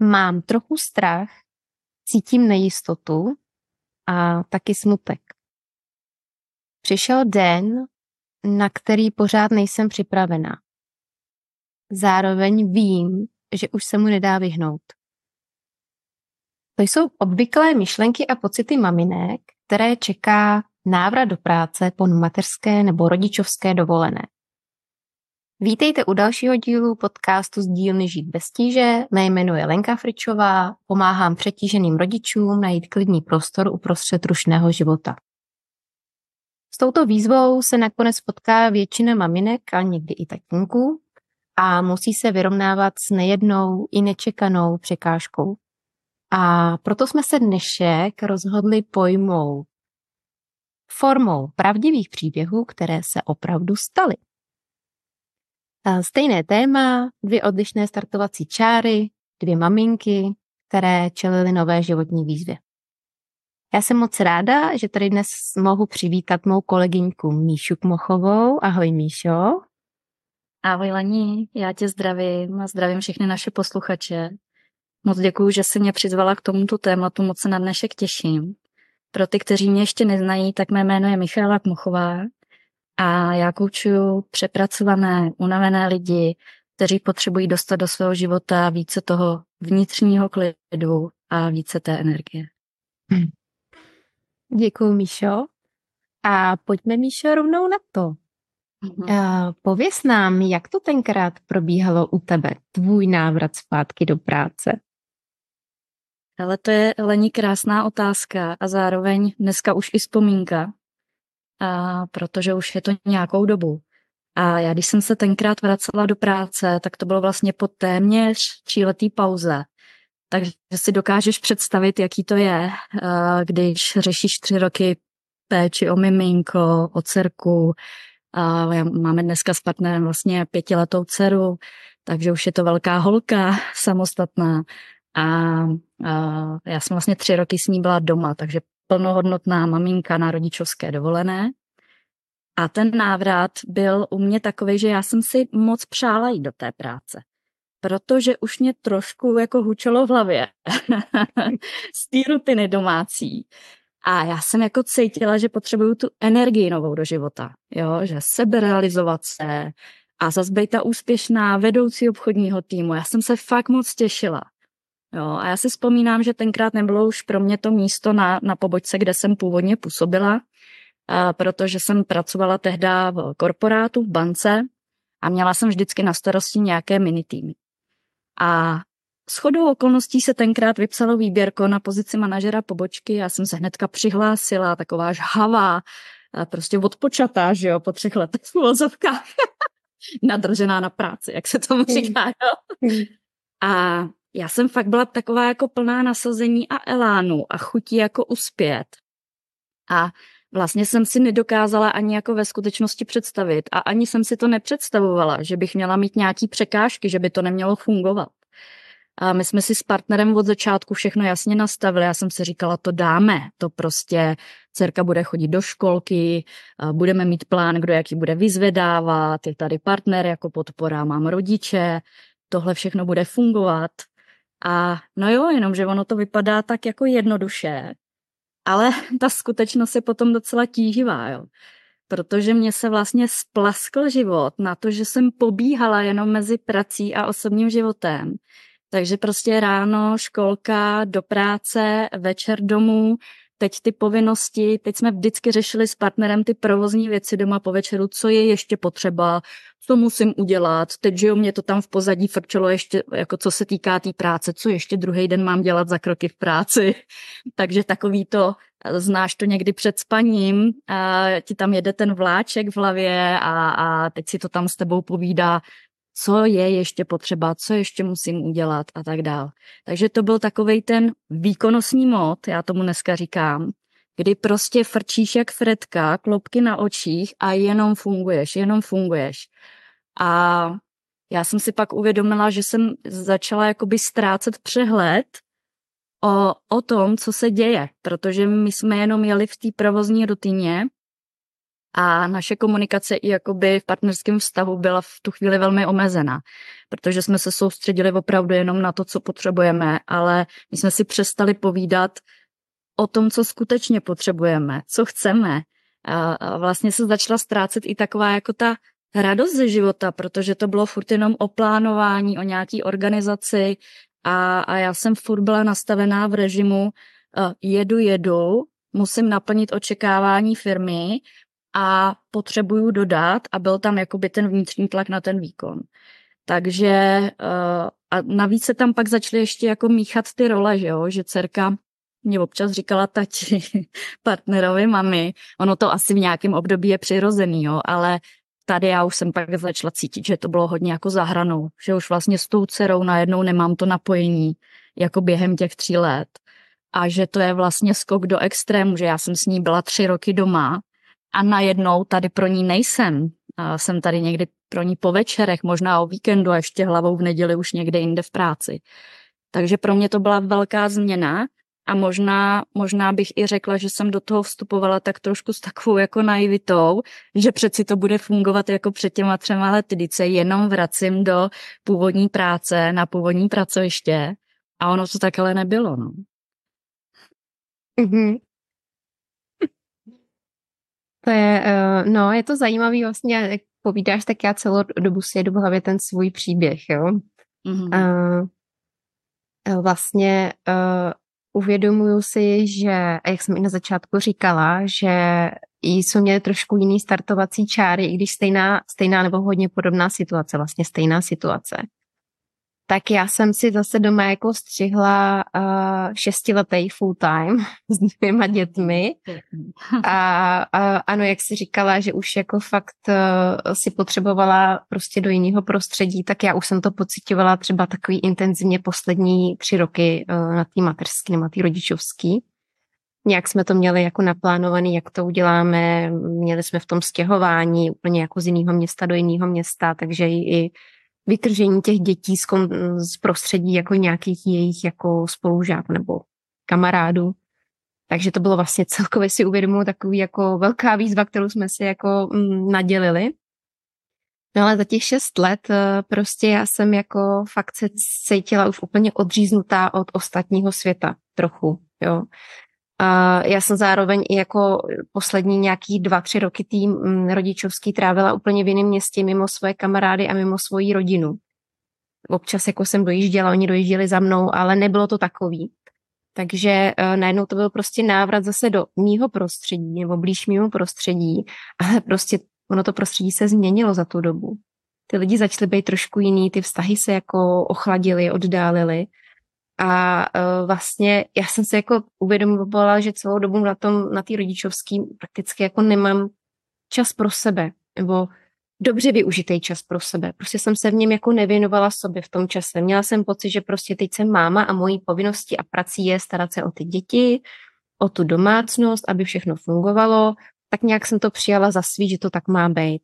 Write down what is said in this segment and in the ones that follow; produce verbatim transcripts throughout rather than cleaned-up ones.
mám trochu strach, cítím nejistotu a taky smutek. Přišel den, na který pořád nejsem připravená. Zároveň vím, že už se mu nedá vyhnout. To jsou obvyklé myšlenky a pocity maminek, které čeká návrat do práce po mateřské nebo rodičovské dovolené. Vítejte u dalšího dílu podcastu z dílny Žít bez tíže. Mé jméno je Lenka Fričová, pomáhám přetíženým rodičům najít klidný prostor uprostřed rušného života. S touto výzvou se nakonec potká většina maminek a někdy i tatínků a musí se vyrovnávat s nejednou i nečekanou překážkou. A proto jsme se dnešek rozhodli pojmout formou pravdivých příběhů, které se opravdu staly. Stejné téma, dvě odlišné startovací čáry, dvě maminky, které čelily nové životní výzvě. Já jsem moc ráda, že tady dnes mohu přivítat mou kolegyňku Míšu Kmochovou. Ahoj Míšo. Ahoj Leni, já tě zdravím a zdravím všechny naše posluchače. Moc děkuju, že jsi mě přizvala k tomuto tématu, moc se na dnešek těším. Pro ty, kteří mě ještě neznají, tak mé jméno je Michaela Kmochová a já koučuju přepracované, unavené lidi, kteří potřebují dostat do svého života více toho vnitřního klidu a více té energie. Děkuju, Míšo. A pojďme, Míšo, rovnou na to. Mm-hmm. Uh, pověz nám, jak to tenkrát probíhalo u tebe, tvůj návrat zpátky do práce? Ale to je, Leni, krásná otázka a zároveň dneska už i vzpomínka, a protože už je to nějakou dobu. A já, když jsem se tenkrát vracela do práce, tak to bylo vlastně po téměř tříletý pauze. Takže si dokážeš představit, jaký to je, když řešíš tři roky péči o miminko, o dcerku. Máme dneska s partnerem vlastně pětiletou dceru, takže už je to velká holka, samostatná. A, a já jsem vlastně tři roky s ní byla doma, takže plnohodnotná maminka na rodičovské dovolené. A ten návrat byl u mě takový, že já jsem si moc přála jít do té práce. Protože už mě trošku jako hučelo v hlavě z té rutiny domácí. A já jsem jako cítila, že potřebuju tu energii novou do života. Jo? Že seberealizovat se a zase být ta úspěšná vedoucí obchodního týmu. Já jsem se fakt moc těšila. Jo? A já si vzpomínám, že tenkrát nebylo už pro mě to místo na, na pobočce, kde jsem původně působila, a protože jsem pracovala tehdy v korporátu, v bance a měla jsem vždycky na starosti nějaké minitýmy. A shodou okolností se tenkrát vypsalo výběrko na pozici manažera pobočky. Já jsem se hnedka přihlásila, taková žhavá, prostě odpočatá, že jo, po třech letech v uvozovkách. Nadržená na práci, jak se tomu říká, jo. A já jsem fakt byla taková jako plná nasazení a elánu a chutí jako uspět. A vlastně jsem si nedokázala ani jako ve skutečnosti představit a ani jsem si to nepředstavovala, že bych měla mít nějaký překážky, že by to nemělo fungovat. A my jsme si s partnerem od začátku všechno jasně nastavili. Já jsem si říkala, to dáme, to prostě dcerka bude chodit do školky, budeme mít plán, kdo jaký bude vyzvedávat, je tady partner jako podpora, mám rodiče, tohle všechno bude fungovat. A no jo, jenomže ono to vypadá tak jako jednoduše, ale ta skutečnost je potom docela tíživá, jo. Protože mě se vlastně splaskl život na to, že jsem pobíhala jenom mezi prací a osobním životem. Takže prostě ráno školka, do práce, večer domů, teď ty povinnosti, teď jsme vždycky řešili s partnerem ty provozní věci doma po večeru, co je ještě potřeba, co musím udělat. Teď, že jo, mě to tam v pozadí frčelo ještě, jako co se týká té tý práce, co ještě druhý den mám dělat za kroky v práci. Takže takový to, znáš to někdy před spaním, a ti tam jede ten vláček v hlavě a, a teď si to tam s tebou povídá, co je ještě potřeba, co ještě musím udělat a tak dál. Takže to byl takovej ten výkonnostní mód, já tomu dneska říkám, kdy prostě frčíš jak Fredka, klopky na očích a jenom funguješ, jenom funguješ. A já jsem si pak uvědomila, že jsem začala jakoby ztrácet přehled o, o tom, co se děje, protože my jsme jenom jeli v té provozní rutině A naše komunikace i jakoby v partnerském vztahu byla v tu chvíli velmi omezená, protože jsme se soustředili opravdu jenom na to, co potřebujeme, ale my jsme si přestali povídat o tom, co skutečně potřebujeme, co chceme. A vlastně se začala ztrácet i taková jako ta radost ze života, protože to bylo furt jenom o plánování, o nějaký organizaci a, a já jsem furt byla nastavená v režimu uh, jedu, jedu, musím naplnit očekávání firmy a potřebuju dodat a byl tam jakoby ten vnitřní tlak na ten výkon. Takže uh, a navíc se tam pak začaly ještě jako míchat ty role, že jo, že dcerka mě občas říkala tati, partnerovi, mami, ono to asi v nějakém období je přirozený, jo, ale tady já už jsem pak začala cítit, že to bylo hodně jako za hranou, že už vlastně s tou dcerou najednou nemám to napojení jako během těch tří let a že to je vlastně skok do extrému, že já jsem s ní byla tři roky doma a najednou tady pro ní nejsem. A jsem tady někdy pro ní po večerech, možná o víkendu a ještě hlavou v neděli už někde jinde v práci. Takže pro mě to byla velká změna a možná, možná bych i řekla, že jsem do toho vstupovala tak trošku s takovou jako naivitou, že přeci to bude fungovat jako před těma třema lety, kdy se jenom vracím do původní práce, na původní pracoviště a ono to takhle nebylo. No. Mm-hmm. To je, no, je to zajímavý vlastně, jak povídáš, tak já celou dobu si jedu v hlavě ten svůj příběh, jo. Mm-hmm. Uh, vlastně uh, uvědomuju si, že, jak jsem i na začátku říkala, že jsou měli trošku jiný startovací čáry, i když stejná, stejná nebo hodně podobná situace, vlastně stejná situace. Tak já jsem si zase doma jako střihla uh, šestiletý full time s dvěma dětmi a, a ano, jak jsi říkala, že už jako fakt uh, si potřebovala prostě do jiného prostředí, tak já už jsem to pocitovala třeba takový intenzivně poslední tři roky uh, na té mateřský nebo na té rodičovský. Nějak jsme to měli jako naplánovaný, jak to uděláme, měli jsme v tom stěhování úplně jako z jiného města do jiného města, takže i vytržení těch dětí z, kon, z prostředí jako nějakých jejich jako spolužáků nebo kamarádů. Takže to bylo vlastně celkově si uvědomuji takový jako velká výzva, kterou jsme si jako mm, nadělili. No ale za těch šest let prostě já jsem jako fakt se cítila už úplně odříznutá od ostatního světa trochu, jo. A já jsem zároveň i jako poslední nějaký dva, tři roky tým rodičovský trávila úplně v jiném městě mimo svoje kamarády a mimo svoji rodinu. Občas jako jsem dojížděla, oni dojížděli za mnou, ale nebylo to takový. Takže uh, najednou to byl prostě návrat zase do mýho prostředí nebo blíž mýmu prostředí, ale prostě ono to prostředí se změnilo za tu dobu. Ty lidi začaly být trošku jiný, ty vztahy se jako ochladily, oddálily. A uh, vlastně já jsem se jako uvědomovala, že celou dobu na tom, na té rodičovský prakticky jako nemám čas pro sebe, nebo dobře využitý čas pro sebe. Prostě jsem se v něm jako nevěnovala sobě v tom čase. Měla jsem pocit, že prostě teď jsem máma a mojí povinností a prací je starat se o ty děti, o tu domácnost, aby všechno fungovalo. Tak nějak jsem to přijala za svý, že to tak má být.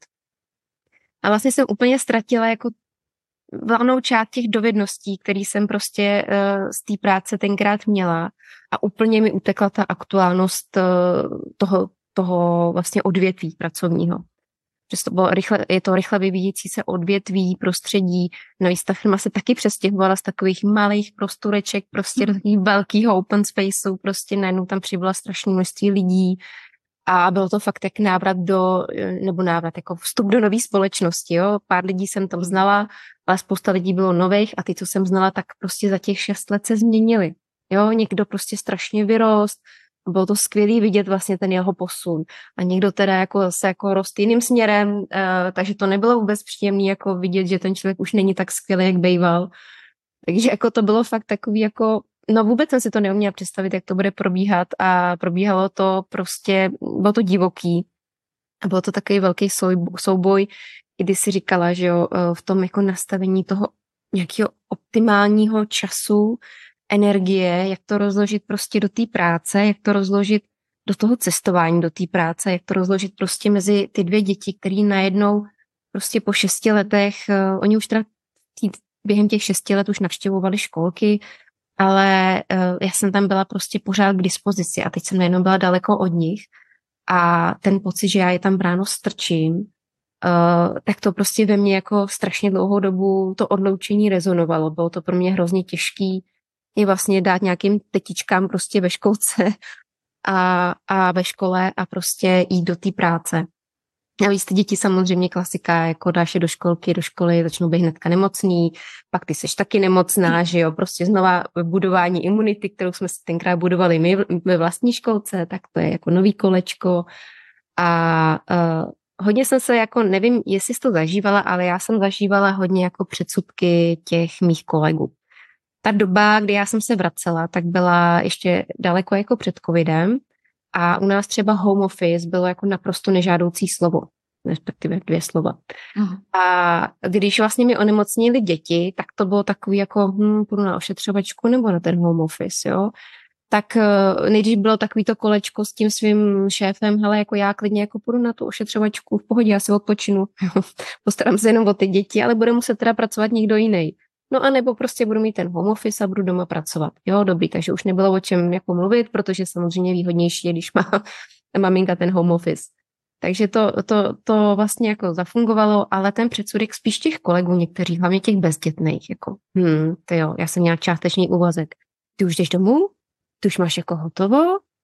A vlastně jsem úplně ztratila jako valnou část těch dovedností, které jsem prostě uh, z té práce tenkrát měla a úplně mi utekla ta aktuálnost uh, toho, toho vlastně odvětví pracovního. Že to bylo rychle, je to rychle vyvíjící se odvětví, prostředí. Navíc ta firma se taky přestěhovala z takových malých prostoreček prostě do takových velkých open spaceů, prostě najednou tam přibyla strašné množství lidí a bylo to fakt jak návrat do, nebo návrat, jako vstup do nové společnosti, jo. Pár lidí jsem tam znala, ale spousta lidí bylo nových a ty, co jsem znala, tak prostě za těch šest let se změnili. Jo, někdo prostě strašně vyrost, bylo to skvělý vidět vlastně ten jeho posun. A někdo teda jako se jako rost jiným směrem, uh, takže to nebylo vůbec příjemný jako vidět, že ten člověk už není tak skvělý, jak bejval. Takže jako to bylo fakt takový jako, no vůbec jsem si to neuměla představit, jak to bude probíhat a probíhalo to prostě, bylo to divoký. A bylo to takový velký souboj, kdy si říkala, že jo, v tom jako nastavení toho nějakého optimálního času, energie, jak to rozložit prostě do té práce, jak to rozložit do toho cestování do té práce, jak to rozložit prostě mezi ty dvě děti, které najednou prostě po šesti letech, uh, oni už teda tý, během těch šesti let už navštěvovali školky, ale uh, já jsem tam byla prostě pořád k dispozici a teď jsem najednou byla daleko od nich a ten pocit, že já je tam ráno strčím, uh, tak to prostě ve mně jako strašně dlouhou dobu to odloučení rezonovalo. Bylo to pro mě hrozně těžký je vlastně dát nějakým tetičkám prostě ve školce a, a ve škole a prostě jít do té práce. A víc ty děti samozřejmě klasika, jako dáš je do školky, do školy, začnou být hnedka nemocný, pak ty seš taky nemocná, že jo, prostě znova budování imunity, kterou jsme si tenkrát budovali my ve vlastní školce, tak to je jako nový kolečko. A uh, hodně jsem se jako, nevím, jestli jsi to zažívala, ale já jsem zažívala hodně jako předsudky těch mých kolegů. Ta doba, kdy já jsem se vracela, tak byla ještě daleko jako před covidem a u nás třeba home office bylo jako naprosto nežádoucí slovo, respektive dvě slova. Uh-huh. A když vlastně mi onemocnili děti, tak to bylo takový jako, hm, půjdu na ošetřovačku nebo na ten home office, jo. Tak nejdřív bylo takový to kolečko s tím svým šéfem, hele, jako já klidně jako půjdu na tu ošetřovačku, v pohodě, já se odpočinu, postarám se jenom o ty děti, ale bude muset teda pracovat někdo jiný. No a nebo prostě budu mít ten home office a budu doma pracovat. Jo, dobrý, takže už nebylo o čem jako mluvit, protože samozřejmě výhodnější je, když má maminka ten home office. Takže to, to, to vlastně jako zafungovalo, ale ten předsudek spíš těch kolegů, někteří, hlavně těch bezdětných, jako hm, to jo, já jsem měla částečný úvazek. Ty už jdeš domů? Ty už máš jako hotovo?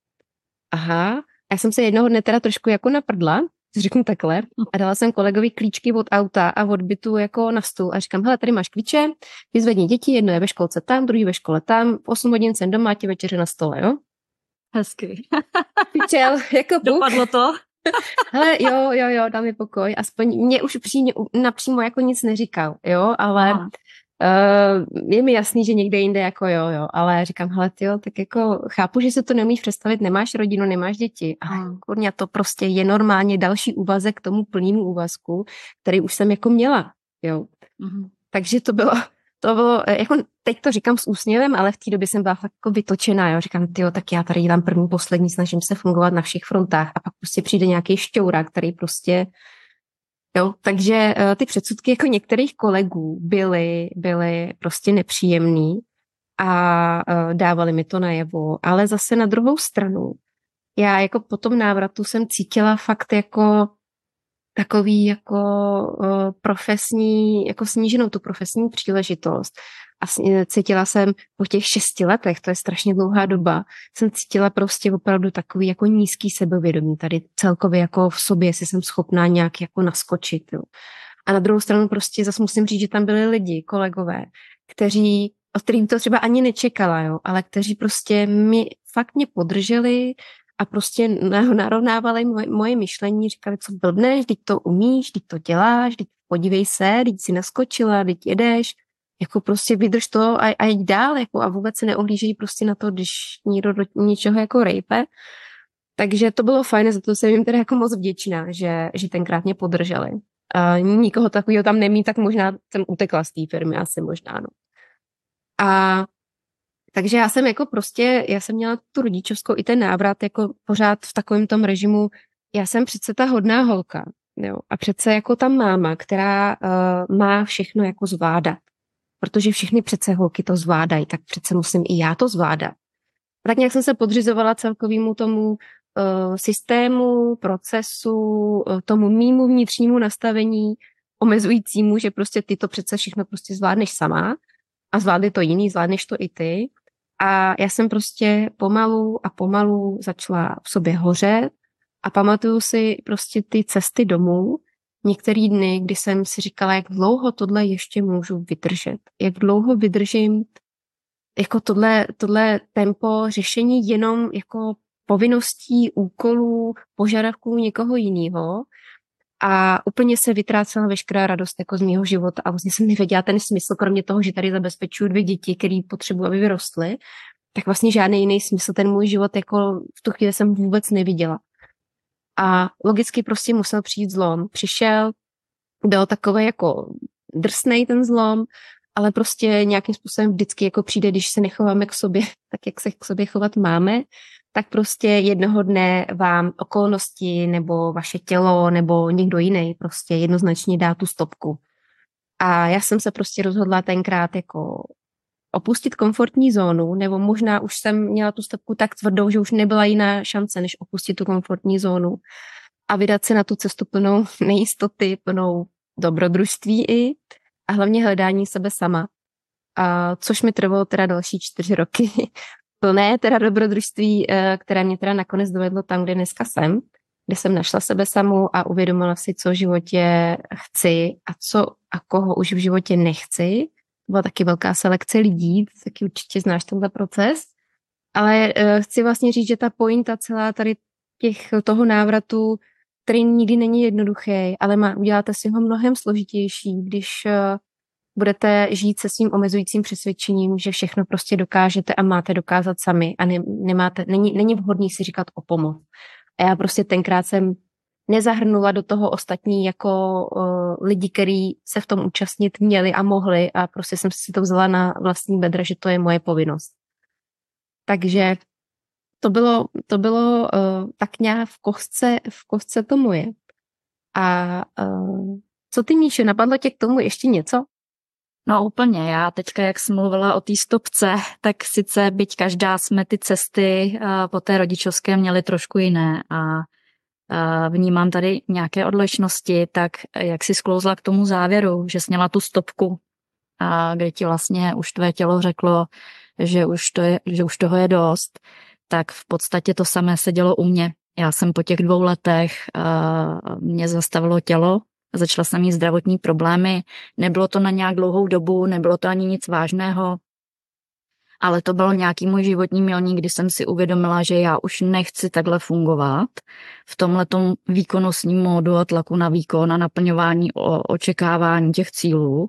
Aha. Já jsem se jednoho dne teda trošku jako naprdla, řeknu takhle, a dala jsem kolegovi klíčky od auta a od bytu jako na stůl a říkám, hele, tady máš klíče, vyzvedni děti, jedno je ve školce tam, druhý ve škole tam, v osm hodin jsem doma, tě večeře na stole, jo? Hezky. Pičel, jako bůh. Dopadlo to? Hele, jo, jo, jo, dal mi pokoj, aspoň mě už přímě, napřímo jako nic neříkal, jo, ale uh, je mi jasný, že někde jinde jako jo, jo, ale říkám, hele, tyjo, tak jako chápu, že se to neumíš představit, nemáš rodinu, nemáš děti, ale kurňa, to prostě je normálně další úvazek k tomu plnému úvazku, který už jsem jako měla, jo. Mm-hmm. Takže to bylo, to bylo, jako teď to říkám s úsměvem, ale v té době jsem byla fakt jako vytočená, jo, říkám, tyjo, tak já tady dělám první, poslední, snažím se fungovat na všech frontách a pak prostě přijde nějaký šťourák, který prostě. Jo, takže uh, ty předsudky jako některých kolegů byly, byly prostě nepříjemný a uh, dávali mi to najevo, ale zase na druhou stranu, já jako po tom návratu jsem cítila fakt jako takový jako uh, profesní, jako sníženou tu profesní příležitost a cítila jsem po těch šesti letech, to je strašně dlouhá doba, jsem cítila prostě opravdu takový jako nízký sebevědomí tady celkově jako v sobě, jestli jsem schopná nějak jako naskočit. Jo. A na druhou stranu prostě zase musím říct, že tam byli lidi, kolegové, kteří, od kterým to třeba ani nečekala, jo, ale kteří prostě mi fakt mě podrželi a prostě narovnávali moje, moje myšlení, říkali, co blbneš, teď to umíš, teď to děláš, teď podívej se, teď si naskočila, teď jedeš, jako prostě vydrž to a, a jď dál, jako a vůbec se neohlížejí prostě na to, když někdo do něčeho jako rejpe. Takže to bylo fajn, za to jsem jim teda jako moc vděčná, že, že tenkrát mě podrželi. A nikoho takového tam nemí, tak možná jsem utekla z té firmy, asi možná, no. A takže já jsem jako prostě, já jsem měla tu rodičovskou i ten návrat jako pořád v takovém tom režimu, já jsem přece ta hodná holka, jo, a přece jako ta máma, která uh, má všechno jako zvládat, protože všechny přece holky to zvládají, tak přece musím i já to zvládat. A tak nějak jsem se podřizovala celkovému tomu uh, systému, procesu, uh, tomu mýmu vnitřnímu nastavení, omezujícímu, že prostě ty to přece všechno prostě zvládneš sama a zvládli to jiný, zvládneš to i ty. A já jsem prostě pomalu a pomalu začala v sobě hořet a pamatuju si prostě ty cesty domů, některý dny, kdy jsem si říkala, jak dlouho tohle ještě můžu vydržet, jak dlouho vydržím jako tohle, tohle tempo řešení jenom jako povinností, úkolů, požadavků někoho jiného. A úplně se vytrácela veškerá radost jako z mýho života a vlastně jsem nevěděla ten smysl, kromě toho, že tady zabezpečuju dvě děti, které potřebuji, aby vyrostly, tak vlastně žádný jiný smysl ten můj život jako v tu chvíli jsem vůbec neviděla. A logicky prostě musel přijít zlom. Přišel, byl takový jako drsnej ten zlom, ale prostě nějakým způsobem vždycky jako přijde, když se nechováme k sobě, tak jak se k sobě chovat máme, tak prostě jednoho dne vám okolnosti nebo vaše tělo nebo někdo jiný prostě jednoznačně dá tu stopku. A já jsem se prostě rozhodla tenkrát jako opustit komfortní zónu, nebo možná už jsem měla tu stopku tak tvrdou, že už nebyla jiná šance, než opustit tu komfortní zónu a vydat se na tu cestu plnou nejistoty, plnou dobrodružství i a hlavně hledání sebe sama. A což mi trvalo teda další čtyři roky. Plné teda dobrodružství, které mě teda nakonec dovedlo tam, kde dneska jsem, kde jsem našla sebe samu a uvědomila si, co v životě chci a co a koho už v životě nechci. Byla taky velká selekce lidí, taky určitě znáš tenhle proces. Ale chci vlastně říct, že ta pointa celá tady těch, toho návratu, který nikdy není jednoduchý, ale má, uděláte si ho mnohem složitější, když budete žít se svým omezujícím přesvědčením, že všechno prostě dokážete a máte dokázat sami a ne, nemáte, není, není vhodný si říkat o pomoc. A já prostě tenkrát jsem nezahrnula do toho ostatní jako uh, lidi, kteří se v tom účastnit měli a mohli a prostě jsem si to vzala na vlastní bedra, že to je moje povinnost. Takže to bylo, to bylo uh, tak nějak v kostce, v kostce to moje. A uh, co ty, Míšo, napadlo tě k tomu ještě něco? No úplně, já teďka, jak jsem mluvila o té stopce, tak sice byť každá jsme ty cesty uh, po té rodičovské měli trošku jiné a uh, vnímám tady nějaké odlišnosti, tak jak si sklouzla k tomu závěru, že jsi měla tu stopku, a kde ti vlastně už tvé tělo řeklo, že už, to je, že už toho je dost, tak v podstatě to samé se dělo u mě. Já jsem po těch dvou letech, uh, mě zastavilo tělo, začala jsem mít zdravotní problémy, nebylo to na nějak dlouhou dobu, nebylo to ani nic vážného, ale to bylo nějaký můj životní milník, kdy jsem si uvědomila, že já už nechci takhle fungovat v tomhletom výkonnostním módu a tlaku na výkon a naplňování o očekávání těch cílů.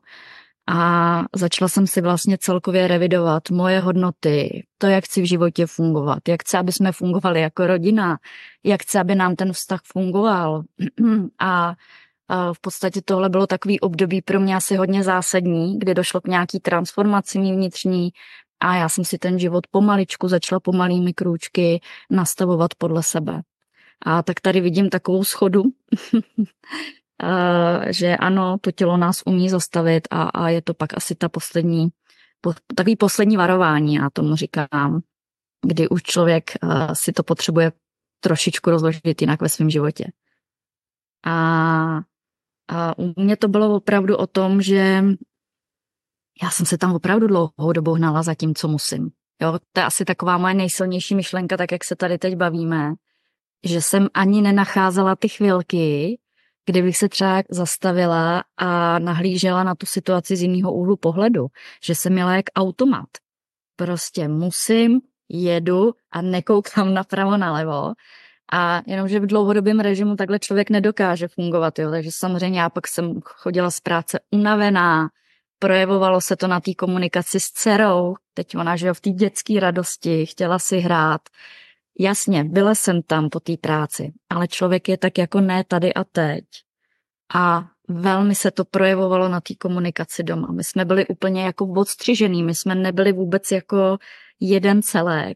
A začala jsem si vlastně celkově revidovat moje hodnoty, to, jak chci v životě fungovat, jak chci, aby jsme fungovali jako rodina, jak chci, aby nám ten vztah fungoval. A v podstatě tohle bylo takový období pro mě asi hodně zásadní, kdy došlo k nějaký transformaci vnitřní a já jsem si ten život pomaličku začala pomalými krůčky nastavovat podle sebe. A tak tady vidím takovou schodu, že ano, to tělo nás umí zastavit a, a je to pak asi ta poslední, po, takový poslední varování, já tomu říkám, kdy už člověk uh, si to potřebuje trošičku rozložit jinak ve svém životě. A, a u mě to bylo opravdu o tom, že já jsem se tam opravdu dlouhou dobu hnala za tím, co musím. Jo, to je asi taková moje nejsilnější myšlenka, tak jak se tady teď bavíme, že jsem ani nenacházela ty chvilky, kdybych se třeba zastavila a nahlížela na tu situaci z jiného úhlu pohledu, že jsem měla jak automat. Prostě musím, jedu a nekoukám napravo nalevo. A jenomže v dlouhodobém režimu takhle člověk nedokáže fungovat. Jo? Takže samozřejmě já pak jsem chodila z práce unavená, projevovalo se to na té komunikaci s dcerou, teď ona žije v té dětské radosti, chtěla si hrát. Jasně, byla jsem tam po té práci, ale člověk je tak jako ne tady a teď. A velmi se to projevovalo na té komunikaci doma. My jsme byli úplně jako odstřižený, my jsme nebyli vůbec jako jeden celek.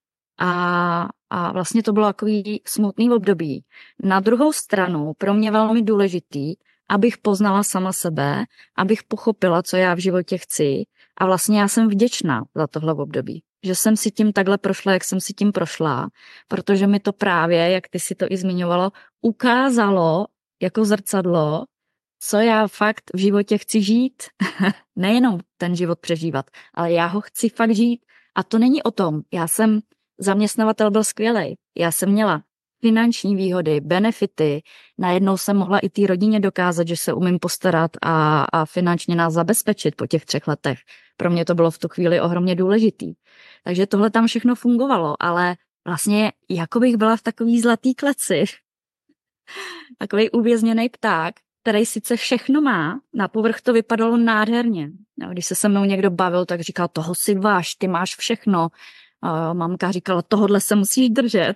A, a vlastně to bylo takový smutný období. Na druhou stranu pro mě velmi důležitý, abych poznala sama sebe, abych pochopila, co já v životě chci. A vlastně já jsem vděčná za tohle období. Že jsem si tím takhle prošla, jak jsem si tím prošla, protože mi to právě, jak ty si to i zmiňovalo, ukázalo jako zrcadlo, co já fakt v životě chci žít. Nejenom ten život přežívat, ale já ho chci fakt žít. A to není o tom. Já jsem, zaměstnavatel byl skvělej. Já jsem měla finanční výhody, benefity. Najednou jsem mohla i té rodině dokázat, že se umím postarat a, a finančně nás zabezpečit po těch třech letech. Pro mě to bylo v tu chvíli ohromně důležitý. Takže tohle tam všechno fungovalo, ale vlastně jako bych byla v takový zlatý kleci. Takový uvězněný pták, který sice všechno má, na povrch to vypadalo nádherně. Když se se mnou někdo bavil, tak říkal, toho si váš, ty máš všechno. A mamka říkala, tohodle se musíš držet.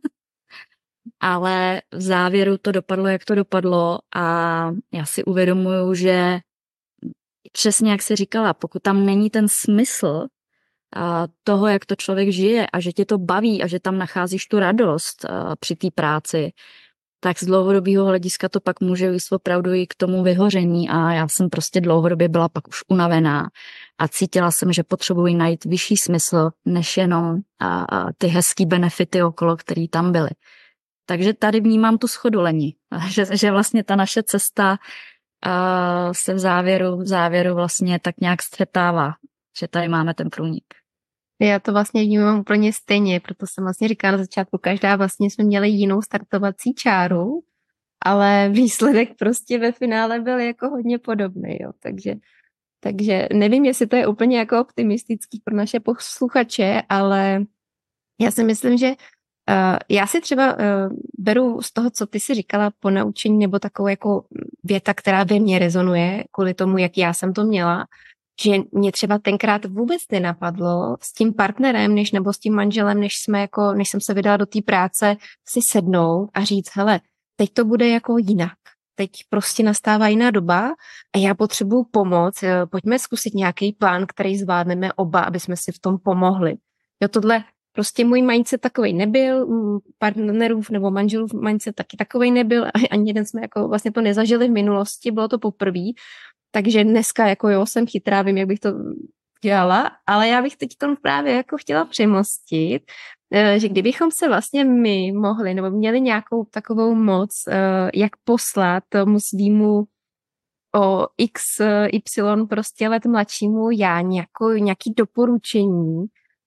Ale v závěru to dopadlo, jak to dopadlo a já si uvědomuju, že přesně jak jsi říkala, pokud tam není ten smysl a toho, jak to člověk žije a že tě to baví a že tam nacházíš tu radost při té práci, tak z dlouhodobého hlediska to pak může jít opravdu i k tomu vyhoření a já jsem prostě dlouhodobě byla pak už unavená a cítila jsem, že potřebuji najít vyšší smysl, než jenom a, a ty hezký benefity okolo, který tam byly. Takže tady vnímám tu schodu leni, že, že vlastně ta naše cesta a, se v závěru, v závěru vlastně tak nějak střetává, že tady máme ten průnik. Já to vlastně vnímám úplně stejně, proto jsem vlastně říkala na začátku, každá vlastně jsme měli jinou startovací čáru, ale výsledek prostě ve finále byl jako hodně podobný, jo, takže, takže nevím, jestli to je úplně jako optimistický pro naše posluchače, ale já si myslím, že uh, já si třeba uh, beru z toho, co ty si říkala po naučení, nebo takovou jako věta, která ve mně rezonuje, kvůli tomu, jak já jsem to měla, že mě třeba tenkrát vůbec nenapadlo s tím partnerem, než nebo s tím manželem, než jsme jako, než jsem se vydala do té práce, si sednout a říct, hele, teď to bude jako jinak. Teď prostě nastává jiná doba a já potřebuju pomoc. Pojďme zkusit nějaký plán, který zvládneme oba, aby jsme si v tom pomohli. Jo, tohle prostě můj mindset takovej nebyl, partnerův nebo manželův mindset taky takovej nebyl, ani jeden jsme jako vlastně to nezažili v minulosti, bylo to poprvé. Takže dneska jako jo, jsem chytrá, vím, jak bych to dělala, ale já bych teď to právě jako chtěla přemostit, že kdybychom se vlastně my mohli, nebo měli nějakou takovou moc, jak poslat tomu svýmu o x, y prostě let mladšímu já nějakou, nějaký doporučení,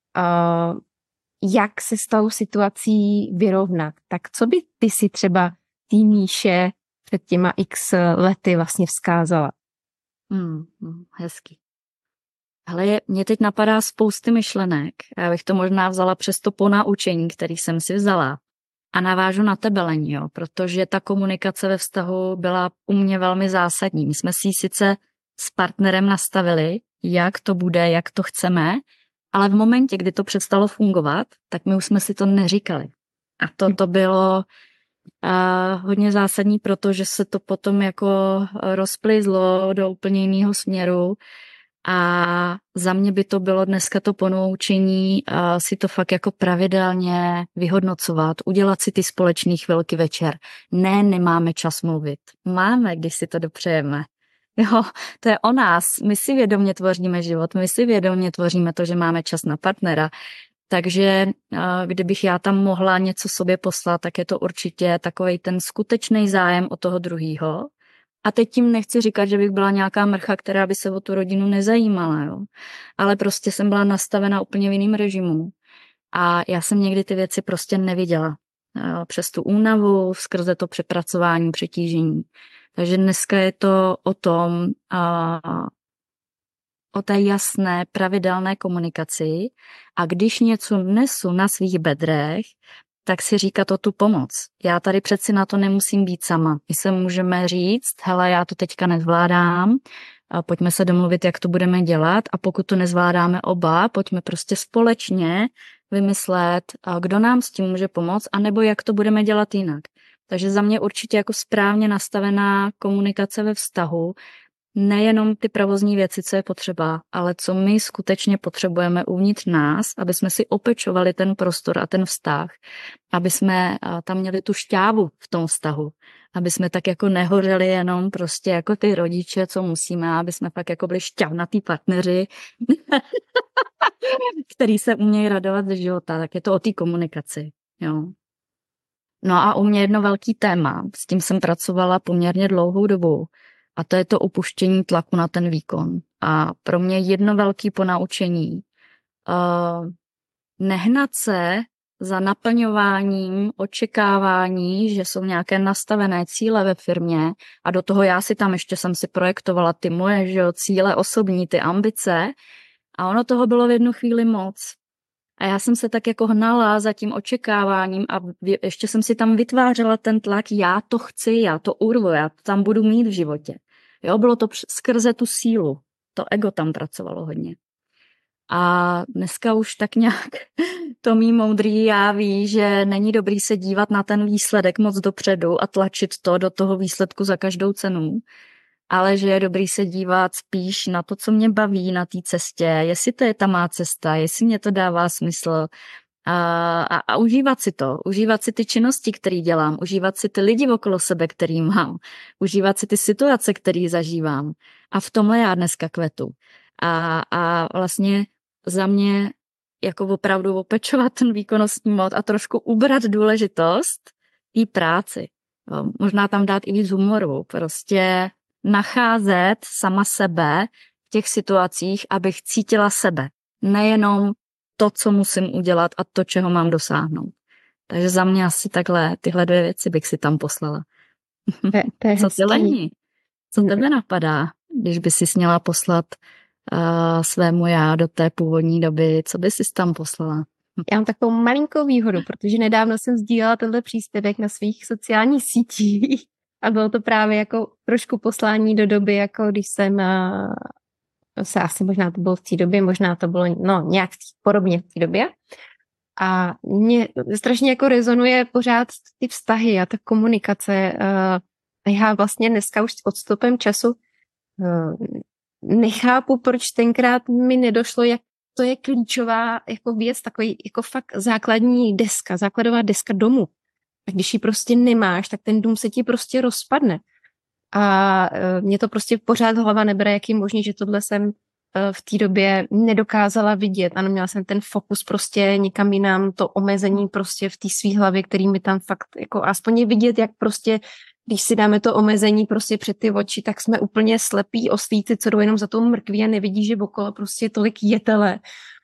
jak se s tou situací vyrovnat. Tak co by ty si třeba tý Míše před těma x lety vlastně vzkázala? Hmm, hezky. Hele, mě teď napadá spousty myšlenek. Já bych to možná vzala přes to ponaučení, který jsem si vzala. A navážu na tebe, Leni, jo, protože ta komunikace ve vztahu byla u mě velmi zásadní. My jsme si ji sice s partnerem nastavili, jak to bude, jak to chceme, ale v momentě, kdy to přestalo fungovat, tak my už jsme si to neříkali. A to, to bylo a hodně zásadní, protože se to potom jako rozplizlo do úplně jiného směru a za mě by to bylo dneska to ponaučení si to fakt jako pravidelně vyhodnocovat, udělat si ty společný chvilky večer. Ne, nemáme čas mluvit. Máme, když si to dopřejeme. Jo, to je o nás. My si vědomě tvoříme život, my si vědomě tvoříme to, že máme čas na partnera. Takže kdybych já tam mohla něco sobě poslat, tak je to určitě takovej ten skutečný zájem o toho druhýho. A teď tím nechci říkat, že bych byla nějaká mrcha, která by se o tu rodinu nezajímala, jo. Ale prostě jsem byla nastavena úplně v jiným režimu. A já jsem někdy ty věci prostě neviděla. Přes tu únavu, skrze to přepracování, přetížení. Takže dneska je to o tom, a o té jasné, pravidelné komunikaci a když něco nesu na svých bedrech, tak si říkat o tu pomoc. Já tady přeci na to nemusím být sama. My se můžeme říct, hele, já to teďka nezvládám, a pojďme se domluvit, jak to budeme dělat a pokud to nezvládáme oba, pojďme prostě společně vymyslet, kdo nám s tím může pomoct, anebo jak to budeme dělat jinak. Takže za mě určitě jako správně nastavená komunikace ve vztahu, nejenom ty provozní věci, co je potřeba, ale co my skutečně potřebujeme uvnitř nás, aby jsme si opečovali ten prostor a ten vztah, aby jsme tam měli tu šťávu v tom vztahu, aby jsme tak jako nehořeli jenom prostě jako ty rodiče, co musíme, aby jsme pak jako byli šťavnatý partneři, který se umějí radovat ze života, tak je to o té komunikaci, jo. No a u mě jedno velký téma, s tím jsem pracovala poměrně dlouhou dobu, a to je to upuštění tlaku na ten výkon. A pro mě jedno velké ponaučení. Uh, nehnat se za naplňováním očekávání, že jsou nějaké nastavené cíle ve firmě a do toho já si tam ještě jsem si projektovala ty moje že jo, cíle osobní, ty ambice a ono toho bylo v jednu chvíli moc. A já jsem se tak jako hnala za tím očekáváním a ještě jsem si tam vytvářela ten tlak, já to chci, já to urvu, já to tam budu mít v životě. Jo, bylo to skrze tu sílu. To ego tam pracovalo hodně. A dneska už tak nějak to mý moudrý já ví, že není dobrý se dívat na ten výsledek moc dopředu a tlačit to do toho výsledku za každou cenu, ale že je dobrý se dívat spíš na to, co mě baví na té cestě, jestli to je ta má cesta, jestli mě to dává smysl A, a, a užívat si to, užívat si ty činnosti, které dělám, užívat si ty lidi okolo sebe, který mám, užívat si ty situace, které zažívám. A v tomhle já dneska kvetu. A, a vlastně za mě jako opravdu opečovat ten výkonnostní mod a trošku ubrat důležitost té práci. Možná tam dát i víc humoru, prostě nacházet sama sebe v těch situacích, abych cítila sebe. Nejenom to, co musím udělat a to, čeho mám dosáhnout. Takže za mě asi takhle, tyhle dvě věci bych si tam poslala. To, to je co ty, Leni? Co tebe napadá, když by si směla poslat uh, svému já do té původní doby, co by si tam poslala? Já mám takovou malinkou výhodu, protože nedávno jsem sdílela tenhle příspěvek na svých sociálních sítích a bylo to právě jako trošku poslání do doby, jako když jsem uh, se asi možná to bylo v té době, možná to bylo no, nějak podobně v té době. A mě strašně jako rezonuje pořád ty vztahy a ta komunikace. Uh, já vlastně dneska už s odstupem času uh, nechápu, proč tenkrát mi nedošlo, jak to je klíčová jako věc, takový jako fakt základní deska, základová deska domu. Tak když ji prostě nemáš, tak ten dům se ti prostě rozpadne. A mě to prostě pořád hlava nebere, jak je možný, že tohle jsem v té době nedokázala vidět. Ano, měla jsem ten fokus prostě někam jinam, to omezení prostě v té svý hlavě, který mi tam fakt jako aspoň je vidět, jak prostě, když si dáme to omezení prostě před ty oči, tak jsme úplně slepí oslíci, co jdou jenom za tou mrkví a nevidí, že okolo prostě je tolik jetele.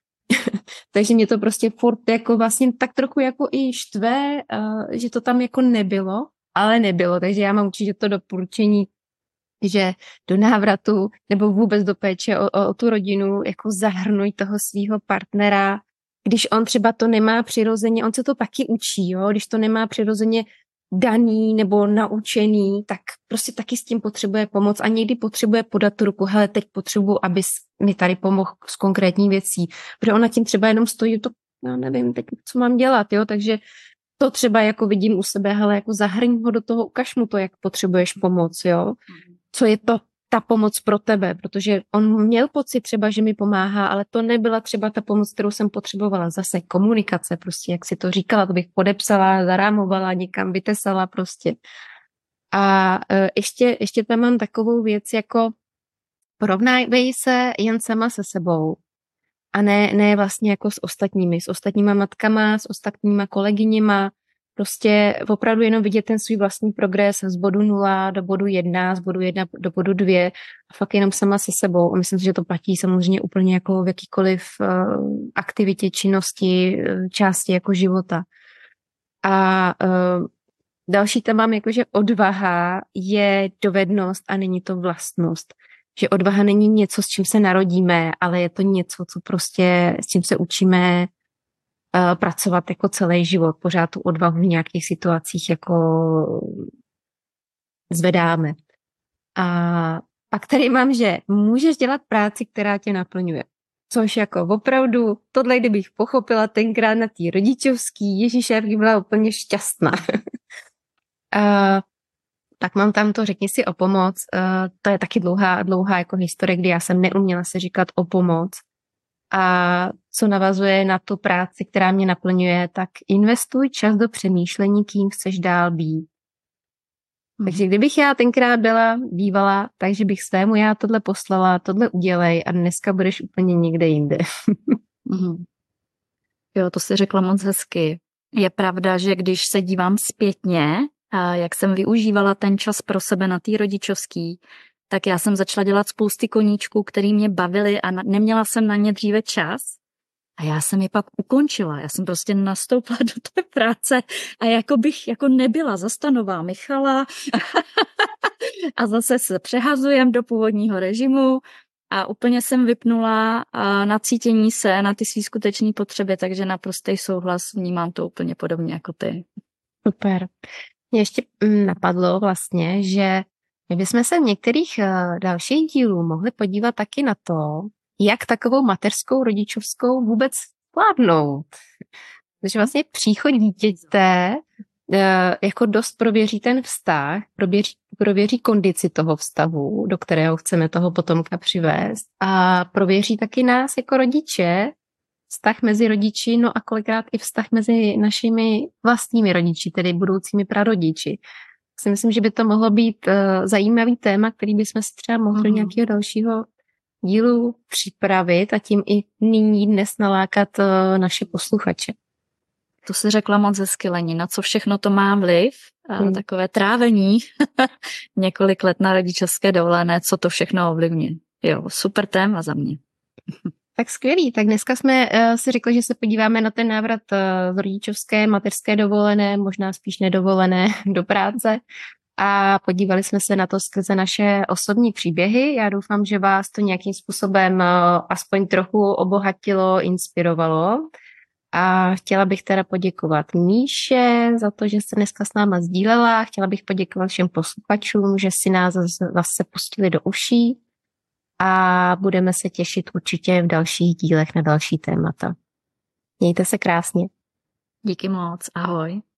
Takže mě to prostě furt jako vlastně tak trochu jako i štve, že to tam jako nebylo, ale nebylo. Takže já mám určitě to doporučení, že do návratu nebo vůbec do péče o, o, o tu rodinu jako zahrnuj toho svého partnera. Když on třeba to nemá přirozeně, on se to taky učí, jo? Když to nemá přirozeně daný nebo naučený, tak prostě taky s tím potřebuje pomoc a někdy potřebuje podat tu ruku, hele, teď potřebuji, abys mi tady pomohl s konkrétní věcí, protože ona tím třeba jenom stojí, to já nevím, teď co mám dělat, jo, takže to třeba jako vidím u sebe, hele, jako zahrň ho do toho, ukaž mu to, jak potřebuješ pomoc, jo, co je to ta pomoc pro tebe, protože on měl pocit třeba, že mi pomáhá, ale to nebyla třeba ta pomoc, kterou jsem potřebovala. Zase komunikace, prostě, jak si to říkala, to bych podepsala, zarámovala, někam vytesala prostě. A e, ještě, ještě tam mám takovou věc, jako porovnávej se jen sama se sebou a ne, ne vlastně jako s ostatními, s ostatníma matkama, s ostatníma kolegyněma, prostě opravdu jenom vidět ten svůj vlastní progres z bodu nula do bodu jedna, z bodu jedna do bodu dvě a fakt jenom sama se sebou. A myslím si, že to platí samozřejmě úplně jako v jakýkoliv uh, aktivitě, činnosti, části jako života. A uh, další tam mám jako, že odvaha je dovednost a není to vlastnost. Že odvaha není něco, s čím se narodíme, ale je to něco, co prostě, s čím se učíme pracovat jako celý život, pořád tu odvahu v nějakých situacích jako zvedáme. A pak tady mám, že můžeš dělat práci, která tě naplňuje. Což jako opravdu, tohle kdybych pochopila tenkrát na té rodičovský, ježiš, já bych byla úplně šťastná. A tak mám tam to, řekni si o pomoc. Uh, to je taky dlouhá, dlouhá jako historie, kdy já jsem neuměla se říkat o pomoc. A co navazuje na tu práci, která mě naplňuje, tak investuj čas do přemýšlení, kým chceš dál být. Hmm. Takže kdybych já tenkrát byla bývala, takže bych svému já tohle poslala, tohle udělej a dneska budeš úplně někde jinde. Hmm. Jo, to jsi řekla moc hezky. Je pravda, že když se dívám zpětně, a jak jsem využívala ten čas pro sebe na té rodičovský, tak já jsem začala dělat spousty koníčků, který mě bavily a na, neměla jsem na ně dříve čas. A já jsem je pak ukončila. Já jsem prostě nastoupila do té práce a jako bych jako nebyla zastanová Michala a zase se přehazujem do původního režimu a úplně jsem vypnula na cítění se, na ty svý skutečné potřeby, takže naprostý souhlas, vnímám to úplně podobně jako ty. Super. Mě ještě napadlo vlastně, že my bychom se v některých uh, dalších dílů mohli podívat taky na to, jak takovou mateřskou, rodičovskou vůbec zvládnout. Takže vlastně příchod dítěte uh, jako dost prověří ten vztah, prověří, prověří kondici toho vztahu, do kterého chceme toho potomka přivést a prověří taky nás jako rodiče, vztah mezi rodiči, no a kolikrát i vztah mezi našimi vlastními rodiči, tedy budoucími prarodiči. Si myslím, že by to mohlo být uh, zajímavý téma, který bychom si třeba mohli mm-hmm. do nějakého dalšího dílu připravit a tím i nyní dnes nalákat uh, naše posluchače. To si řekla moc hezky, Leni, na co všechno to má vliv, hmm. takové trávení několik let na rodičovské dovolené, co to všechno ovlivňuje. Jo, super téma za mě. Tak skvělý, tak dneska jsme uh, si řekli, že se podíváme na ten návrat uh, z rodičovské, mateřské dovolené, možná spíš nedovolené do práce a podívali jsme se na to skrze naše osobní příběhy. Já doufám, že vás to nějakým způsobem uh, aspoň trochu obohatilo, inspirovalo. A chtěla bych teda poděkovat Míše za to, že se dneska s náma sdílela. Chtěla bych poděkovat všem posluchačům, že si nás zase pustili do uší a budeme se těšit určitě v dalších dílech na další témata. Mějte se krásně. Díky moc, ahoj.